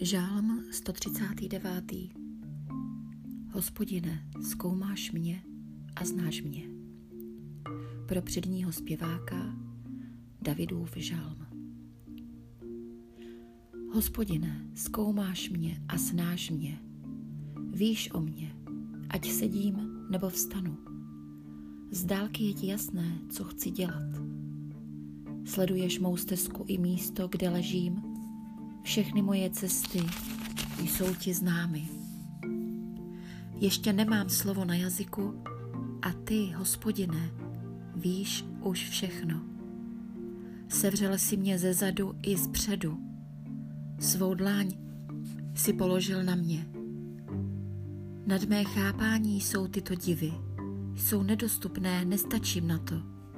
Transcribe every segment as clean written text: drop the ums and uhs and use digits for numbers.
Žálm 139. Hospodine, zkoumáš mě a znáš mě. Pro předního zpěváka Davidův žálm. Hospodine, zkoumáš mě a znáš mě. Víš o mě, ať sedím nebo vstanu. Z dálky je ti jasné, co chci dělat. Sleduješ mou stezku i místo, kde ležím. Všechny moje cesty jsou ti známy. Ještě nemám slovo na jazyku a ty, Hospodine, víš už všechno. Sevřel si mě ze zadu i zpředu. Svou dláň si položil na mě. Nad mé chápání jsou tyto divy. Jsou nedostupné, nestačím na to.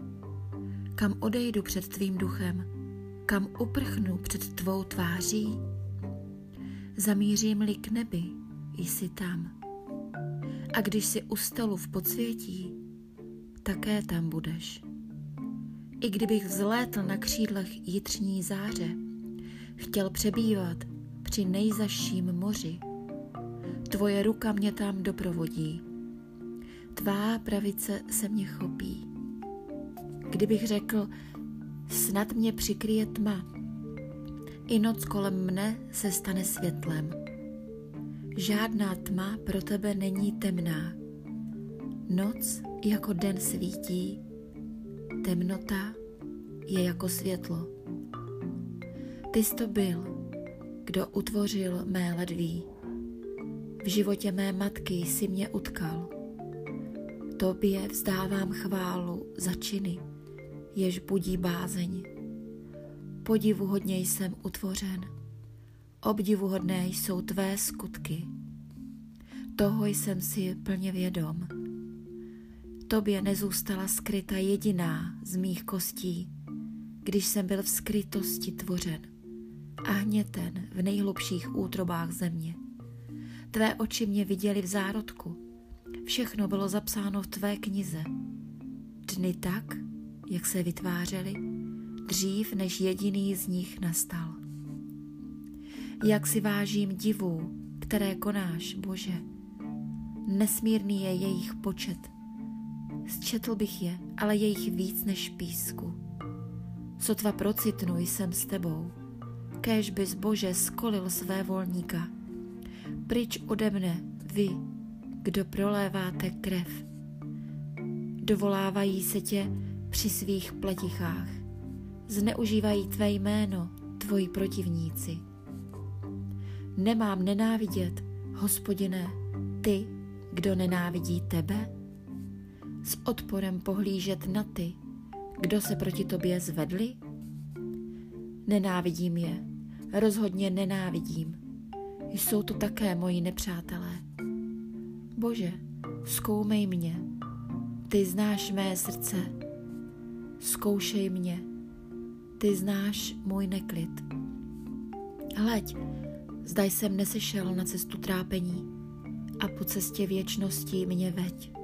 Kam odejdu před tvým duchem? Kam uprchnu před tvou tváří? Zamířím-li k nebi, jsi tam. A když jsi u stolu v podsvětí, také tam budeš. I kdybych vzlétl na křídlech jitřní záře, chtěl přebývat při nejzazším moři, tvoje ruka mě tam doprovodí. Tvá pravice se mě chopí. Kdybych řekl, snad mě přikryje tma, i noc kolem mne se stane světlem. Žádná tma pro tebe není temná. Noc jako den svítí, temnota je jako světlo. Ty jsi to byl, kdo utvořil mé ledví. V životě mé matky jsi mě utkal. Tobě vzdávám chválu za činy, jež budí bázeň. Podivuhodně jsem utvořen, obdivuhodné jsou tvé skutky. Toho jsem si plně vědom. Tobě nezůstala skryta jediná z mých kostí, když jsem byl v skrytosti tvořen a hněten v nejhlubších útrobách země. Tvé oči mě viděly v zárodku, všechno bylo zapsáno v tvé knize. Dny tak, jak se vytvářely, dřív než jediný z nich nastal. Jak si vážím divů, které konáš, Bože. Nesmírný je jejich počet. Sčetl bych je, ale je jich víc než písku. Sotva procitnu jsem s tebou. Kéž bys, Bože, skolil své volníka. Pryč ode mne, vy, kdo proléváte krev. Dovolávají se tě při svých pletichách. Zneužívají tvé jméno, tvoji protivníci. Nemám nenávidět, Hospodine, ty, kdo nenávidí tebe? S odporem pohlížet na ty, kdo se proti tobě zvedli? Nenávidím je, rozhodně nenávidím. Jsou to také moji nepřátelé. Bože, zkoumej mě, ty znáš mé srdce. Zkoušej mě, ty znáš můj neklid. Hleď, zda jsem nesešel na cestu trápení a po cestě věčnosti mě veď.